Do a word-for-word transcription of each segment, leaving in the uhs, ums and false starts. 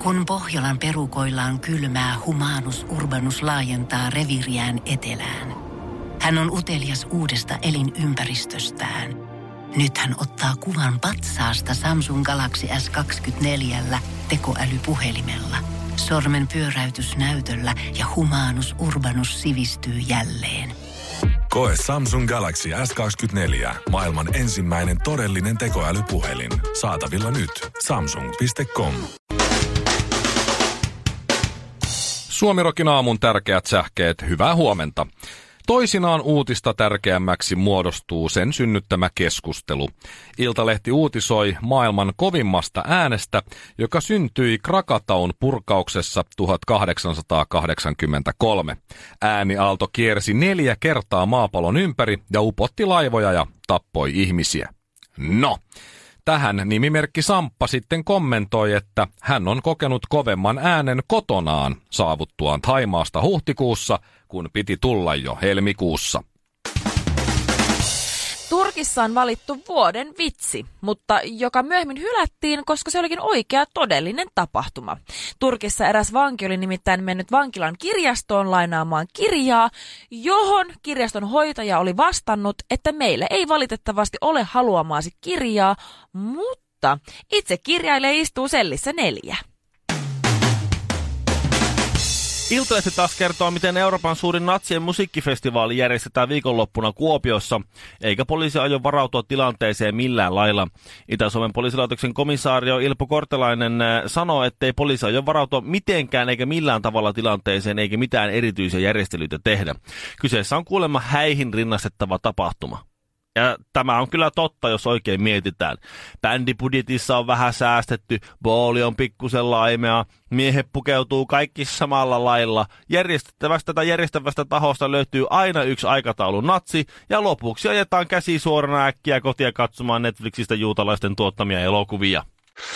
Kun Pohjolan perukoillaan kylmää, Humanus Urbanus laajentaa reviiriään etelään. Hän on utelias uudesta elinympäristöstään. Nyt hän ottaa kuvan patsaasta Samsung Galaxy S kaksikymmentäneljä tekoälypuhelimella. Sormen pyöräytys näytöllä ja Humanus Urbanus sivistyy jälleen. Koe Samsung Galaxy S kaksikymmentäneljä. Maailman ensimmäinen todellinen tekoälypuhelin. Saatavilla nyt. samsung piste com. Suomirokin aamun tärkeät sähkeet, hyvää huomenta. Toisinaan uutista tärkeämmäksi muodostuu sen synnyttämä keskustelu. Iltalehti uutisoi maailman kovimmasta äänestä, joka syntyi Krakataun purkauksessa tuhatkahdeksansataakahdeksankymmentäkolme. Ääniaalto kiersi neljä kertaa maapallon ympäri ja upotti laivoja ja tappoi ihmisiä. No, tähän nimimerkki Samppa sitten kommentoi, että hän on kokenut kovemman äänen kotonaan saavuttuaan Thaimaasta huhtikuussa, kun piti tulla jo helmikuussa. Turkissa on valittu vuoden vitsi, mutta joka myöhemmin hylättiin, koska se olikin oikea todellinen tapahtuma. Turkissa eräs vanki oli nimittäin mennyt vankilan kirjastoon lainaamaan kirjaa, johon kirjaston hoitaja oli vastannut, että meillä ei valitettavasti ole haluamaasi kirjaa, mutta itse kirjailija istuu sellissä neljä. Iltalehti taas kertoo, miten Euroopan suurin natsien musiikkifestivaali järjestetään viikonloppuna Kuopiossa, eikä poliisi aio varautua tilanteeseen millään lailla. Itä-Suomen poliisilaitoksen komissaario Ilpo Kortelainen sanoo, ettei poliisi aio varautua mitenkään eikä millään tavalla tilanteeseen eikä mitään erityisiä järjestelyitä tehdä. Kyseessä on kuulemma häihin rinnastettava tapahtuma. Ja tämä on kyllä totta, jos oikein mietitään. Bändibudjetissa on vähän säästetty, booli on pikkusen laimea, miehet pukeutuu kaikki samalla lailla. Järjestettävästä tai järjestävästä tahosta löytyy aina yksi aikataulun natsi, ja lopuksi ajetaan käsi suorana äkkiä kotia katsomaan Netflixistä juutalaisten tuottamia elokuvia.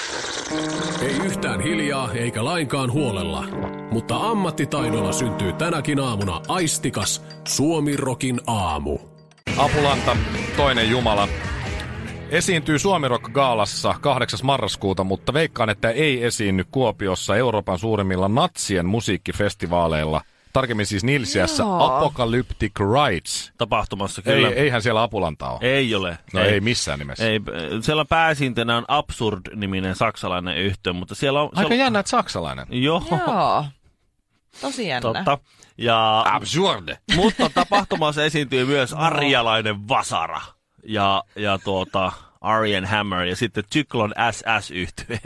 Ei yhtään hiljaa eikä lainkaan huolella, mutta ammattitaidolla syntyy tänäkin aamuna aistikas Suomirokin aamu. Apulanta, toinen jumala, esiintyy Suomirock-gaalassa kahdeksas marraskuuta, mutta veikkaan, että ei esiinny Kuopiossa Euroopan suurimmilla natsien musiikkifestivaaleilla. Tarkemmin siis Nilsiässä Apocalyptic Rights. Tapahtumassa kyllä. Ei, eihän siellä Apulantaa ole. Ei ole. No ei, ei missään nimessä. Ei, siellä pääesiinteenä on Absurd-niminen saksalainen yhtye, mutta siellä on... Aika on... jännä, että saksalainen. Joo. Joo. Tosi jännä. Totta. Ja, Absurde. Mutta tapahtumassa esiintyy myös Arjalainen Vasara ja, ja tuota, Arjen Hammer ja sitten Cyclone S S-yhtye.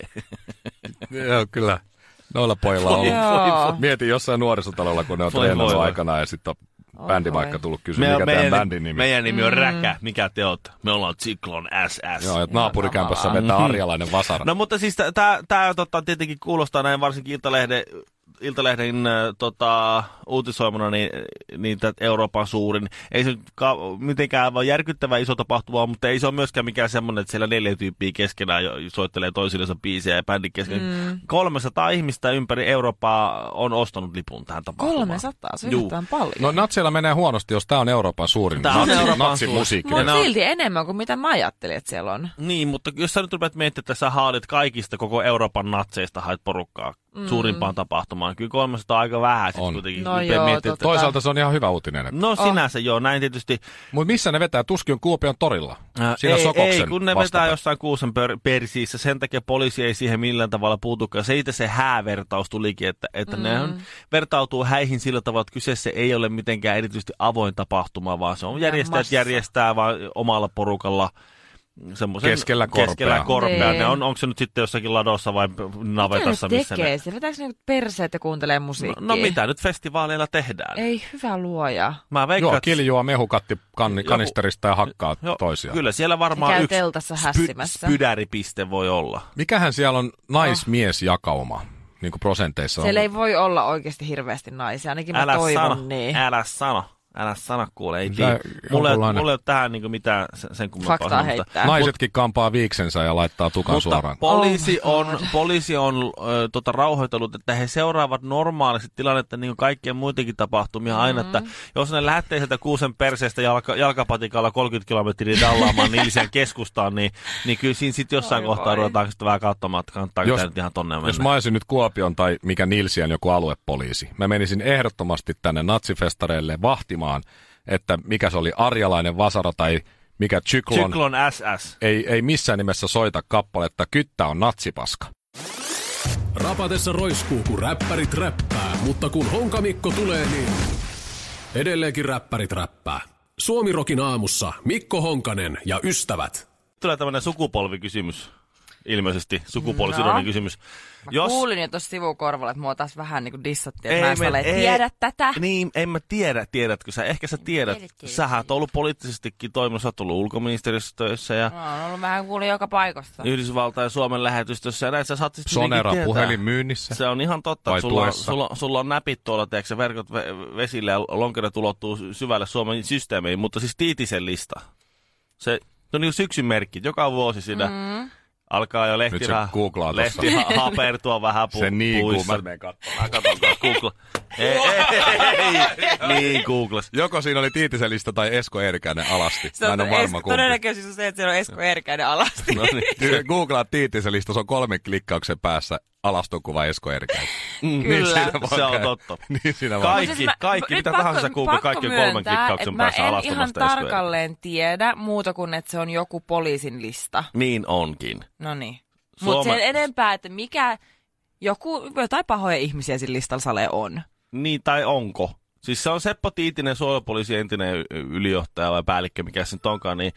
Joo, kyllä. Noilla pojilla on ollut. Mietin jossain nuorisotalolla, kun ne on treenannut aikanaan ja sitten on bändi vaikka tullut kysyä, mikä tämän bändin nimi. Meidän nimi on mm. Räkä. Mikä te olette? Me ollaan Cyclone S S. Joo, että naapurikämpässä vetää Arjalainen Vasara. No mutta siis tämä tota, tietenkin kuulostaa näin varsinkin Iltalehden Iltalehden äh, tota, uutisoimana, niin, niin Euroopan suurin. Ei se ka- mitenkään vaan järkyttävä iso tapahtuma, mutta ei se ole myöskään mikään semmoinen, että siellä neljä tyyppiä keskenään jo soittelee toisillensa biisejä ja bändin kesken. Mm. kolmesataa ihmistä ympäri Eurooppaa on ostanut lipun tähän tapahtumaan. kolmesataa, se on paljon. No natseilla menee huonosti, jos tämä on Euroopan suurin natsimusiikki. Mutta silti enemmän kuin mitä mä ajattelin, että siellä on. Niin, mutta jos sä nyt rupeat miettimään, että sä haadit kaikista koko Euroopan natseista, haet porukkaa mm. suurimpaan tapahtumaan. Kyllä kolmesataa aika vähän. On. No joo, miettiä, toisaalta se on ihan hyvä uutinen. Että... No sinänsä oh. joo, näin tietysti. Mutta missä ne vetää? Tuskin on Kuopion torilla. Siinä ei, ei, kun ne vastata. Vetää jossain Kuusen per, persiissä. Sen takia poliisi ei siihen millään tavalla puutukaan. Siitä se häävertaus tulikin, että, että mm. ne on, vertautuu häihin sillä tavalla, että kyseessä ei ole mitenkään erityisesti avoin tapahtuma, vaan se on järjestäjät järjestää vaan omalla porukalla. Keskellä korpea. Keskellä korpea. Ne on, onko se nyt sitten jossakin ladossa vai navetassa? Mitä ne missä tekee? Ne... Vetääkö ne perseet ja kuuntelee musiikkia? No, no mitä nyt festivaaleilla tehdään? Ei hyvä luoja. Mä veikkaan, joo, kiljua mehukatti kan, kanisterista ja hakkaa jo, toisiaan. Kyllä siellä varmaan käy yksi spy, spydäripiste voi olla. Mikähän siellä on naismiesjakauma? Niin kuin prosenteissa siellä on. ei voi olla oikeasti hirveästi naisia, ainakin mä älä toivon sano, niin. Älä sano. Älä sana kuule, ei Tää tii. Mulla ei jonkunlainen- ole tähän niin mitään sen, sen kummempaa. Faktaa sanoa, mutta- heittää. Naisetkin kampaa viiksensä ja laittaa tukan Mutta suoraan. poliisi Oh on, poliisi on ö, tota, rauhoitellut, että he seuraavat normaalisti tilannetta niin kuin kaikkien muidenkin tapahtumia mm-hmm. aina, että jos ne lähtee sieltä Kuusen perseestä jalka, jalkapatikalla kolmekymmentä kilometriä dallaamaan Nilsiän keskustaan, niin, niin kyllä siinä sitten jossain Oi kohtaa vai. ruvetaan sitten vähän katsomaan, että kannattaako Jos- tämä nyt ihan tonne mennä. Jos mä olisin nyt Kuopion tai mikä Nilsiän joku aluepoliisi, mä menisin ehdottomasti tänne natsifestareille vahtimaan, että mikä se oli Arjalainen Vasara tai mikä Zyklon, Zyklon S S. ei, ei missään nimessä soita kappaletta Kyttä on natsipaska. Rapatessa roiskuu, kun räppärit räppää, mutta kun Honkamikko tulee, niin edelleenkin räppärit räppää. Suomirokin aamussa Mikko Honkanen ja ystävät. Tulee tämmöinen sukupolvikysymys. Ilmeisesti sukupuolisidonnainen No. kysymys. Mä kuulin jo tuossa sivukorvalla, että mua taas vähän niin kuin dissattiin, että mä en me- ole tiedä tätä. Niin, en mä tiedä, tiedätkö sä. Ehkä sä tiedät. tiedä, tiedä, Sähän oot tiedä. ollut poliittisestikin toiminnassa, sä oot ollut ulkoministeriössä töissä ja Mä oon ollut vähän kuulin joka paikassa. Yhdysvaltain ja Suomen lähetystössä ja näin sä saat sitten Sonera tietää. puhelinmyynnissä. Se on ihan totta, Vai että sulla, on- tuessa? sulla, sulla on näpit tuolla, tiedätkö, verkot ve- vesille ja lonkerat ulottuu syvälle Suomen systeemiin, mutta siis Tiitisen lista. Se, se on niin syksyn merkki, joka vuosi siinä mm. alkaa jo lehti, Nyt se googlaa tossa. lehti ha- hapertua vähän pu- Se niin puissa. mä menen katsomaan. Mä katon Google. Ei, ei, ei, niin Googles. Joko siinä oli Tiitisen lista tai Esko Eerikäinen alasti. Se Mä on en ole varma es- kumpi. todennäköisyys on se, että siellä on Esko Erkäinen alasti. No niin. Kyllä, Googlaa Tiitisen lista, se on kolmen klikkauksen päässä alastokuva Esko Eerikäinen. Kyllä. Se on totta. Niin siinä vaan. Kaikki, Mut siis mä- kaikki, nyt mitä pakko- tahansa sä Google, pakko kaikki on kolmen myöntää, klikkauksen että päässä mä en alastomasta ihan Esko Eerikäinen. tarkalleen tiedä muuta kuin, että se on joku poliisin lista. Niin onkin. No niin. Suoma- Mutta sen enempää, että mikä joku, jotain pahoja ihmisiä sillä listalla sale on. Niin, tai onko? Siis se on Seppo Tiitinen, suojelupoliisin entinen y- ylijohtaja vai päällikkö, mikä se nyt onkaan, niin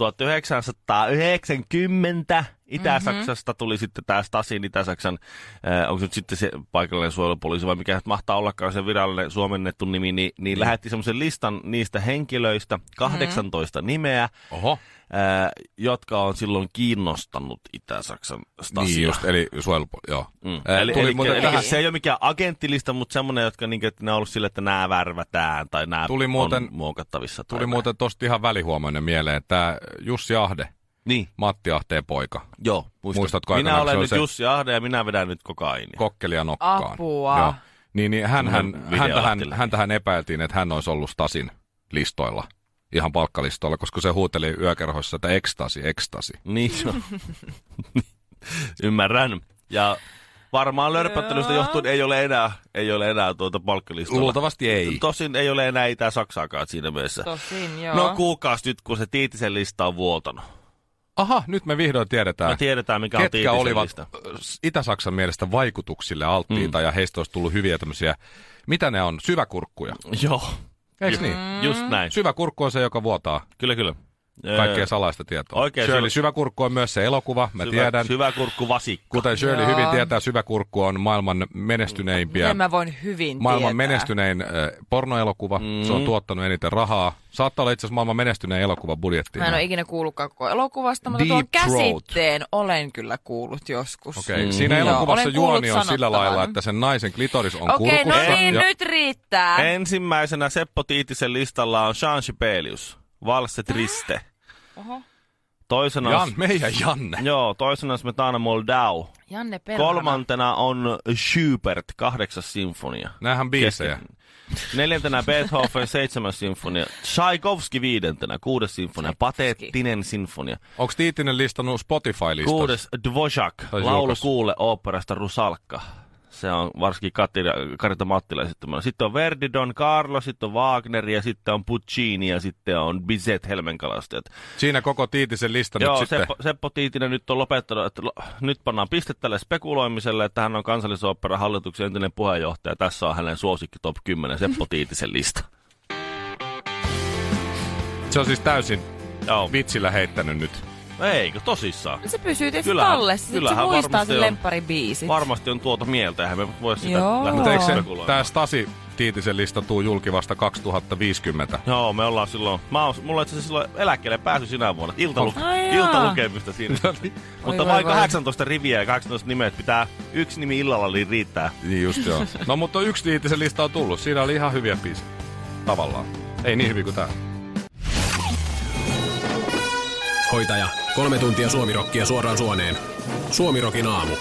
tuhatyhdeksänsataayhdeksänkymmentä Itä-Saksasta Mhm. tuli sitten tämä Stasin Itä-Saksan, äh, onko se nyt sitten se paikallinen suojelupoliisi vai mikä mahtaa ollakaan se virallinen suomennettu nimi, niin, niin lähetti semmoisen listan niistä henkilöistä, kahdeksantoista Mhm. nimeä, Oho. ää, jotka on silloin kiinnostanut Itä-Saksan Stasia. Niin just, eli suojelupo... Joo. Mm. Ää, Eli, tuli eli, muuten eli tähän- se ei ole mikään agenttilista, mutta semmoinen, jotka niinku, että ne on ollut sille, että nämä värvätään tai nämä Tuli muuten- on muokattavissa. Tai Tuli näin. muuten tosta ihan välihuomoinen mieleen, että Jussi Ahde, Niin, Matti Ahteen poika, joo. Muistat. Muistatko Minä aikanaan, kun se olen oli nyt se- Jussi Ahde ja minä vedän nyt kokainia. kokkelia nokkaan. Apua. Joo. Niin, niin hän, hän, Semmoinen video häntä, hän, lähti häntä hän epäiltiin, että hän olisi ollut Stasin listoilla, ihan palkkalistoilla, koska se huuteli yökerhoissa, että ekstasi, ekstasi. Niin, no. Ymmärrän. Ja varmaan lörpöttelystä Joo. johtuen ei ole enää, ei ole enää tuota palkkalistalla. Luultavasti ei. Tosin ei ole enää Itä-Saksaakaan siinä mielessä. Tosin, joo. No kuukausi nyt, kun se Tiitisen lista on vuotanut. Aha, nyt me vihdoin tiedetään, Me tiedetään, mikä on ketkä Tiitisen olivat lista. Itä-Saksan mielestä vaikutuksille alttiita, mm. ja heistä olisi tullut hyviä tämmöisiä, mitä ne on, syväkurkkuja. Joo. Eikö niin? Just näin. Syväkurkku on se, joka vuotaa Kyllä, kyllä. kaikkea Öö, salaista tietoa. Oikein Shirley syvä- Syväkurkku on myös se elokuva, mä syvä, tiedän. Syvä kurkku vasikko. Kuten Shirley Joo. hyvin tietää, Syväkurkku on maailman menestyneimpiä, Sen mä voin hyvin maailman tietää. menestynein äh, pornoelokuva. Mm. Se on tuottanut eniten rahaa. Saattaa olla itse asiassa maailman menestynein elokuva budjettiin. Mä en ole ikinä kuullutkaan koko elokuvasta, mutta tuon Deep Throat. käsitteen olen kyllä kuullut joskus. Okei, okay. Mm. Siinä Joo, elokuvassa olen kuullut juoni on sillä sanottavan. lailla, että sen naisen klitoris on Okei, kurkussa. no niin, ja nyt riittää. Ensimmäisenä Seppo Tiitisen listalla on Jean Sibelius, Valset Riste. Oho. Toisena Jan, on, meidän Janne. joo, toisena on Smetana Moldau. Janne Perhana. Kolmantena on Schubert, kahdeksas sinfonia. Nämähän biisejä. Kesken. Neljäntenä Beethoven, seitsemäs sinfonia. Tchaikovsky viidentenä, kuudes sinfonia. Pateettinen sinfonia. Onko Tiitinen listannut Spotify-listassa? Kuudes Dvořák, Olisi laulu julkaisu. kuule oopperasta Rusalka. Se on varsinkin Katja, Karita Mattila esittämällä. Sitten on Verdi, Don Carlo, sitten on Wagner ja sitten on Puccini ja sitten on Bizet Helmenkalastajat. Siinä koko Tiitisen lista Joo, nyt sitten. Seppo, Seppo Tiitinen nyt on lopettanut, että lo, nyt pannaan piste tälle spekuloimiselle, että hän on Kansallisoopperan hallituksen entinen puheenjohtaja. Tässä on hänen suosikki top kymmenen Seppo Tiitisen lista. Se on siis täysin Joo. vitsillä heittänyt nyt. Eikö tosissaan? Se pysyy tietysti Kyllähän- tallessa, sit se kyllähän muistaa varmasti sen on. lempparibiisit. Varmasti on tuota mieltä, eihän me voi sitä Joo. lähteä Mutta eikö se, spekuloimaan. tämä Stasi Tiitisen lista tuu julki vasta kaksituhattaviisikymmentä? Joo, me ollaan silloin, mä oon, mulla on itse asiassa silloin eläkkeelle pääsy sinä vuonna, iltalu, Ai jaa. iltalukemista siinä. No niin. Mutta Oi, vain voi, voi. kahdeksantoista riviä ja kahdeksantoista nimeä, että pitää yksi nimi illalla niin riittää. Niin just joo. No mutta yksi Tiitisen lista on tullut. Siinä oli ihan hyviä biisejä. Tavallaan. Ei niin hyvin kuin tää. Hoitaja, kolme tuntia suomirokkia suoraan suoneen. Suomirokin aamu.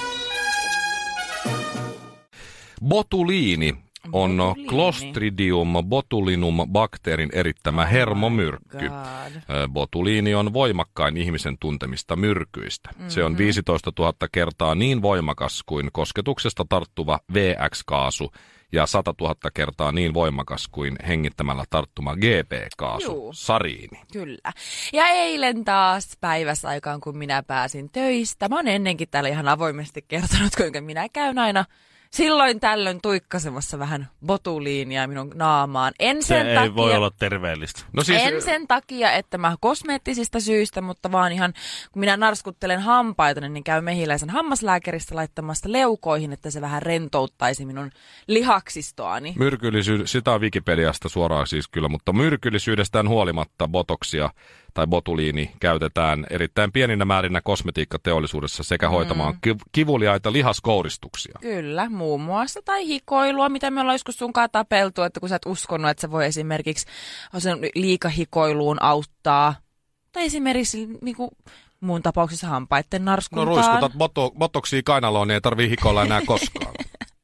Botuliini on Botuliini. Clostridium botulinum bakteerin erittämä Oh hermomyrkky. God. Botuliini on voimakkain ihmisen tuntemista myrkyistä. Mm-hmm. Se on viisitoistatuhatta kertaa niin voimakas kuin kosketuksesta tarttuva V X-kaasu ja satatuhatta kertaa niin voimakas kuin hengittämällä tarttuma G P-kaasu, Juu. sariini. Kyllä. Ja eilen taas päiväsaikaan, kun minä pääsin töistä. Mä oon ennenkin täällä ihan avoimesti kertonut, kuinka minä käyn aina silloin tällöin tuikkasemassa vähän botuliinia minun naamaan. En Se sen ei takia, voi olla terveellistä. No siis, en sen takia, että mä kosmeettisista syistä, mutta vaan ihan, kun minä narskuttelen hampaita, niin käy mehiläisen hammaslääkäristä laittamasta leukoihin, että se vähän rentouttaisi minun lihaksistoani. myrkyllisyys, sitä on Wikipediasta suoraan siis kyllä, mutta myrkyllisyydestään huolimatta botoksia tai botuliini käytetään erittäin pieninä määrinä kosmetiikkateollisuudessa sekä hoitamaan mm. kivuliaita lihaskouristuksia. Kyllä, muun muassa. Tai hikoilua, mitä me ollaan joskus sunkaan tapeltu, että kun sä et uskonut, että se voi esimerkiksi sen liikahikoiluun auttaa. Tai esimerkiksi niin kuin muun tapauksessa hampaitten No narskuntaan. ruiskutat boto, botoksia kainaloon, niin ei tarvii hikoilla enää koskaan.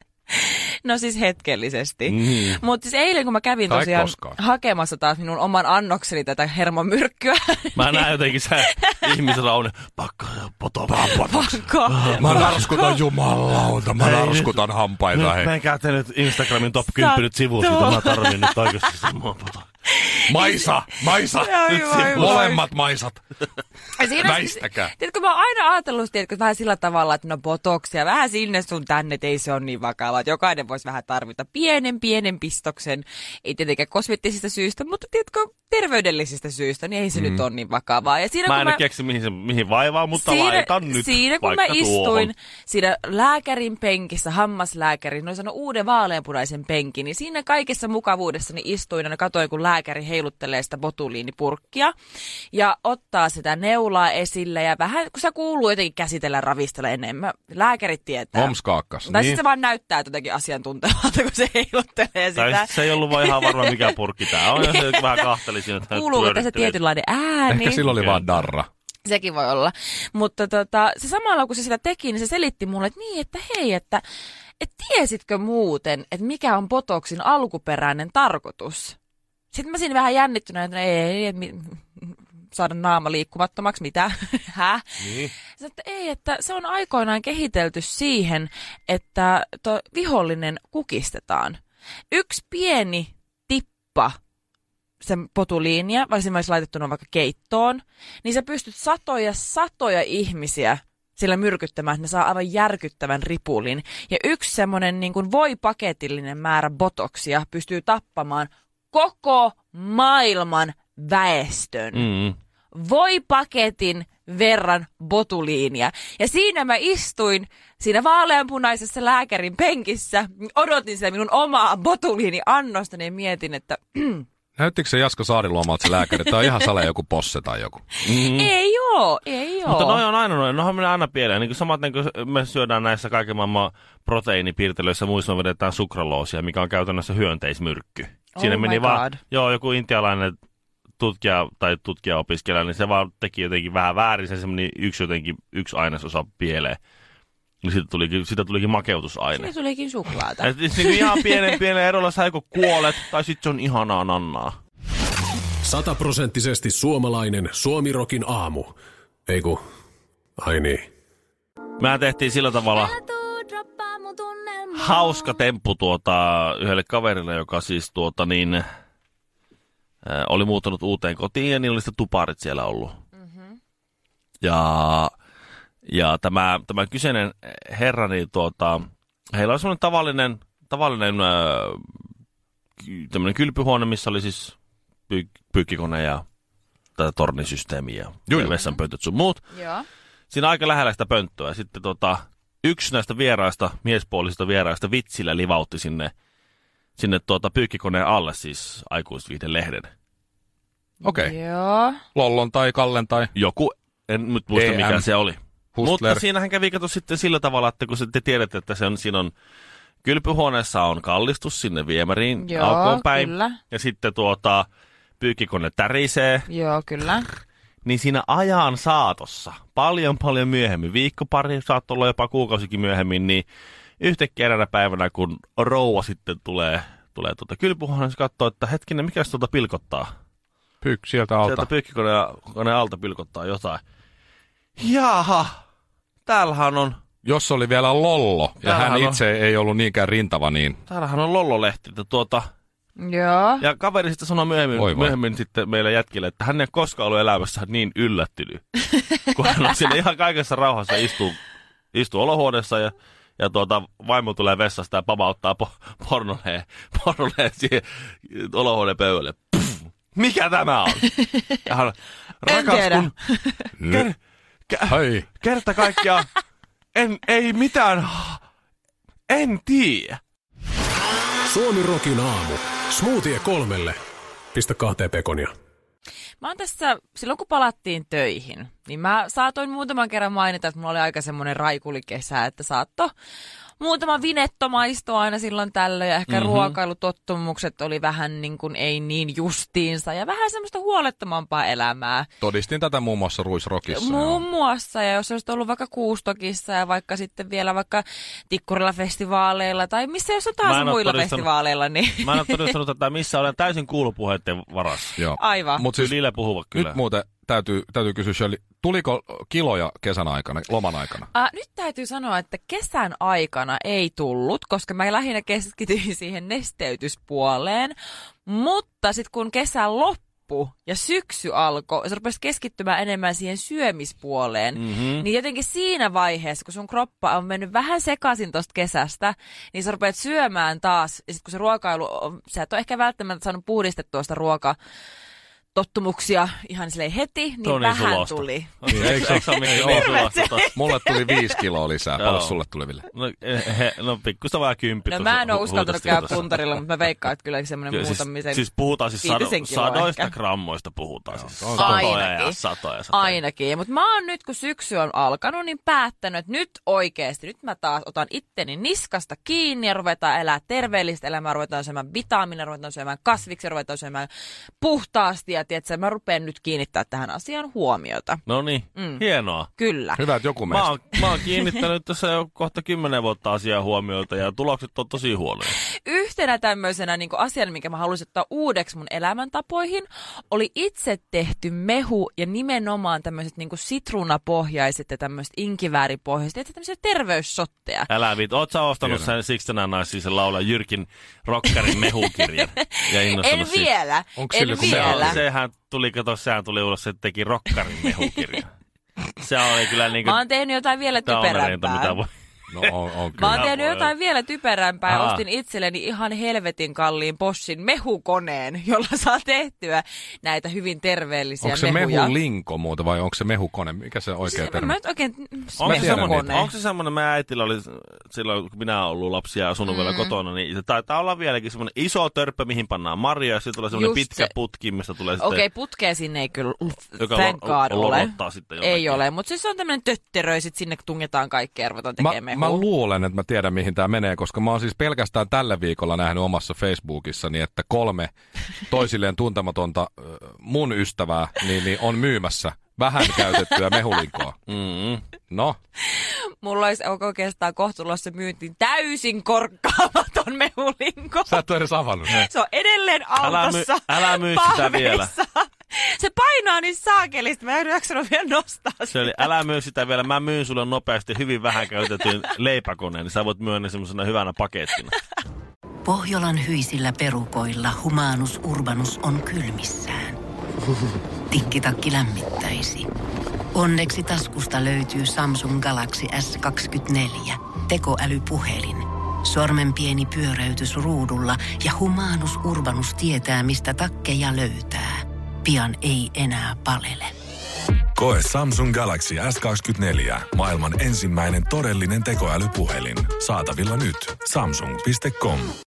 No siis hetkellisesti. Mm. Mutta siis eilen, kun mä kävin Tai tosiaan koskaan. hakemassa taas minun oman annokseni tätä hermomyrkkyä. Mä näen jotenkin sä ihmisellä on pakko poto, Pakko. Mä narskutan jumalauta, mä Hei, narskutan hampaita. Nyt Hei. menkää te nyt Instagramin top kymmenen nyt sivuun siitä. Mä tarvin nyt oikeasti semmoa poto. Maisa, Maisa, Ai, vai, vai. molemmat Maisat. Ja siinä, Väistäkää. tiedätkö, mä oon aina ajatellut, tiedätkö, vähän sillä tavalla, että no botoksia, vähän sinne sun tänne, että ei se ole niin vakavaa. Että jokainen voisi vähän tarvita pienen, pienen pistoksen. Ei tietenkään kosmettisista syistä, mutta tiedätkö, terveydellisistä syistä, niin ei se mm. nyt ole niin vakavaa. Ja siinä, Mä kun en mä... nyt keksi mihin, se, mihin vaivaa, mutta Siinä, laitan nyt siinä kun mä vaikka istuin tuohon. siinä lääkärin penkissä, hammaslääkärin, noin sanoi uuden vaaleanpunaisen penkin, niin siinä kaikessa mukavuudessani istuin ja katsoin, kun lääkäri heiluttelee sitä botuliinipurkkia ja ottaa sitä neulaa esille ja vähän, kun se kuuluu jotenkin käsitellä, ravistella enemmän. Lääkärit tietää. Momskaakkas. Tai Niin. sitten se vaan näyttää jotenkin asiantuntevalta, kun se heiluttelee Tai sitä. se ei ollut vaan ihan varma mikä purkki tää on, ja se vähän kahteli siinä. että Kuuluuko tässä pyörittelee. tietynlainen ääni? Ehkä silloin oli vaan darra. Sekin voi olla. Mutta tota, se samalla kun se sitä teki, niin se selitti mulle, että niin, että hei, että et tiesitkö muuten, että mikä on botoksin alkuperäinen tarkoitus? Sitten mä siinä vähän jännittyneen, että ei, että mi- saada naama liikkumattomaksi, mitä? Häh? Niin. Sitten, että ei, että se on aikoinaan kehitelty siihen, että to vihollinen kukistetaan. Yksi pieni tippa sen botuliinia, vai esimerkiksi laitettuna vaikka keittoon, niin sä pystyt satoja satoja ihmisiä sillä myrkyttämään, että ne saa aivan järkyttävän ripulin. Ja yksi semmoinen niin kuin voipaketillinen määrä botoksia pystyy tappamaan koko maailman väestön. Mm. Voipaketin verran botuliinia. Ja siinä mä istuin siinä vaaleanpunaisessa lääkärin penkissä, odotin sitä minun omaa botuliini-annostani ja mietin, että Näyttikö se Jasko Saariluomalta se lääkäri? Tämä on ihan sale joku posse tai joku. Mm. ei oo, ei oo. Mutta noi on aina noin, nohan menee aina pieleen. Niin kuin samat niin kuin me syödään näissä kaiken maailman proteiinipiirtelyissä, muissa me vedetään sukraloosia, mikä on käytännössä hyönteismyrkky. Siinä Oh meni my vaan, God. joo, joku intialainen tutkija tai tutkijaopiskelija, niin se vaan teki jotenkin vähän väärin, se semmoinen yksi jotenkin, yksi ainesosa pieleen. Niin siitä tulikin, siitä tulikin makeutusaine. Siinä tulikin suklaata. Et niin ihan pienen pienen erolla sä joko kuolet, tai sit se on ihanaa nannaa. Sataprosenttisesti suomalainen Suomirokin aamu. Ei ku, ai niin. Mä tehtiin sillä tavalla hauska temppu tuota, yhdelle kaverille, joka siis tuota niin, äh, oli muuttanut uuteen kotiin ja niillä oli sitten tuparit siellä ollut. Mm-hmm. Ja, ja tämä, tämä kyseinen herra, niin tuota, heillä oli semmoinen tavallinen, tavallinen äh, tämmöinen kylpyhuone, missä oli siis pyy- pyykkikone ja tätä tornisysteemi ja vessanpöytöt sun muut. Joo. Siinä aika lähellä sitä pönttöä. Ja sitten tota, yksi näistä vieraista, miespuolisista vieraista vitsillä livautti sinne, sinne tuota pyykkikoneen alle, siis aikuisviihden lehden. Okei. Okay. Joo. Lollon tai Kallen tai... Joku, en nyt muista E M. mikä se oli. Hustler. Mutta siinähän kävi kato sitten sillä tavalla, että kun te tiedätte, että se on, siinä on kylpyhuoneessa on kallistus sinne viemäriin Joo, aukoon päin. kyllä. Ja sitten tuota, pyykkikone tärisee. Joo, kyllä. Niin siinä ajan saatossa, paljon paljon myöhemmin, viikko pari, saattoi olla jopa kuukausikin myöhemmin, niin yhtäkkiä eräänä päivänä, kun rouva sitten tulee, tulee tuota kylpyhuoneessa, katsoo, että hetkinen, mikä se tuolta pilkottaa? Pyykki sieltä alta. Sieltä pyykkikoneen alta pilkottaa jotain. Jaha, täällähän on... Jos oli vielä Lollo, ja Täällähän hän on... itse ei ollut niinkään rintava, niin... Täällähän on Lollo-lehti, tuota... Joo. Ja kaveri sitten sanoi myöhemmin, myöhemmin sitten meille jätkille, että hän ei koskaan ollut elämässä niin yllättynyt. Kun hän on siinä ihan kaikessa rauhassa istuu, istuu olohuoneessa ja, ja tuota, vaimo tulee vessasta ja pamauttaa po- pornoleen, pornoleen siihen olohuoneen pöydälle. Pff, mikä tämä on? Ja hän, rakas kun... Ker, ker, kerta kaikkiaan, en, ei mitään, en tiedä. Suomi Rokin aamu. Smoothie kolmelle. Pistä kahteen pekonia. Mä oon tässä, silloin kun palattiin töihin, niin mä saatoin muutaman kerran mainita, että mulla oli aika semmoinen raikulikesä, että saatto muutama vinetto maistoa aina silloin tällöin ja ehkä mm-hmm. ruokailutottumukset oli vähän niin kuin ei niin justiinsa ja vähän semmoista huolettomampaa elämää. Todistin tätä muun muassa Ruisrockissa. Muun joo. muassa ja jos olisit ollut vaikka Kuustokissa ja vaikka sitten vielä vaikka Tikkurilla-festivaaleilla tai missä jos on taas muilla festivaaleilla. Niin... Mä en ole todistanut tätä, missä olen täysin kuulupuheiden varassa. Joo. Aivan. Mut siis Lille puhuvat kyllä. Nyt muuten täytyy, täytyy kysyä Shirley, tuliko kiloja kesän aikana, loman aikana? Äh, nyt täytyy sanoa, että kesän aikana ei tullut, koska mä lähinnä keskityin siihen nesteytyspuoleen. Mutta sitten kun kesä loppui ja syksy alkoi, se rupesi keskittymään enemmän siihen syömispuoleen, mm-hmm. niin jotenkin siinä vaiheessa, kun sun kroppa on mennyt vähän sekaisin tosta kesästä, niin sä rupeat syömään taas. Ja sitten kun se ruokailu, sä et ole ehkä välttämättä saanut puhdistettua sitä ruokaa, tottumuksia ihan silleen heti, niin Toni vähän sulosta. tuli. Niin, eikö se ole niin sulosta? Mulle tuli viisi kiloa lisää. Paljon sulle tuli, Ville? No, he, no pikkusta vaan kymppi. No mä en ole uskaltanut käydä puntarilla, mutta mä veikkaan, että kyllä semmoinen muutamisen... Siis, siis puhutaan siis sado, sadoista ehkä. grammoista puhutaan. Siis satoja Ainakin. ja satoja ja satoja. Ainakin, mutta mä oon nyt kun syksy on alkanut, niin päättänyt, että nyt oikeasti, nyt mä taas otan itteni niskasta kiinni ja ruvetaan elää terveellistä elämää, ruvetaan syömään vitamiinia, ruvetaan syömään kasviksia, ruvetaan syömään puhtaasti ja tiedätkö, mä rupean nyt kiinnittää tähän asiaan huomiota. No niin, mm. hienoa. Kyllä. Hyvä, että joku meistä. Mä oon, mä oon kiinnittänyt tässä jo kohta kymmenen vuotta asiaa huomiota ja tulokset on tosi huonoja. Yhtenä tämmöisenä niin kuin asiana, minkä mä haluaisin ottaa uudeksi mun elämäntapoihin, oli itse tehty mehu ja nimenomaan tämmöiset niin kuin sitruunapohjaiset ja tämmöiset inkivääripohjaiset ja tämmöisiä terveyssotteja. Älä viit, oot sä ostanut Tiedän. sen siksi tänään naisiin sen laulaa Jyrkin Rokkarin mehukirjan? Ja en vielä, en vielä. Sehän tuli, kato, sehän tuli ulos, että teki Rokkarin mehukirjan. Se oli kyllä niinku... Mä oon tehnyt jotain vielä typerämpää. No, on, on kyllä. Mä oon tehnyt jotain vielä typerämpää ja ostin itselleni ihan helvetin kalliin Boschin mehukoneen, jolla saa tehtyä näitä hyvin terveellisiä mehuja. Onko se mehuja. mehulinko muuta vai onko se mehukone? Mikä se oikea se, termi? Mä nyt oikein... Onko se, semmoinen, onko se semmoinen, meidän äitillä oli silloin, kun minä olen ollut lapsia ja asunut mm. vielä kotona, niin se taitaa olla vieläkin semmoinen iso törppö, mihin pannaan marjoja, ja sitten tulee semmoinen Just pitkä se. putki, mistä tulee sitten... Okei, okay, putkea sinne ei kyllä, thank God, ole. Ei ole, mutta siis on tämmöinen tötteröi, sit sinne tungetaan kaikkea ja ruvetaan tekemään mehua. Mä luulen, että mä tiedän, mihin tämä menee, koska mä oon siis pelkästään tällä viikolla nähnyt omassa Facebookissani, että kolme toisilleen tuntematonta mun ystävää niin, niin on myymässä vähän käytettyä mehulinkoa. Mm-hmm. No. Mulla olisi oikeastaan kohtuulossa myyntiin täysin korkkaamaton mehulinko. Sä et ole edes avannut. Se on edelleen autossa. Älä, my, älä myy sitä vielä. Se painaa niin saakelista, mä en jaksanut vielä nostaa sitä. Se oli, älä myy sitä vielä, mä myyn sulle nopeasti hyvin vähän käytetyn leipäkoneen, niin sä voit myydä semmoisena hyvänä pakettina. Pohjolan hyisillä perukoilla Humanus Urbanus on kylmissään. Tikkitakki lämmittäisi. Onneksi taskusta löytyy Samsung Galaxy S kaksikymmentäneljä, tekoälypuhelin. Sormen pieni pyöräytys ruudulla ja Humanus Urbanus tietää, mistä takkeja löytää. Pian ei enää palele. Koe Samsung Galaxy S kaksikymmentäneljä, maailman ensimmäinen todellinen tekoälypuhelin. Saatavilla nyt. Samsung piste com.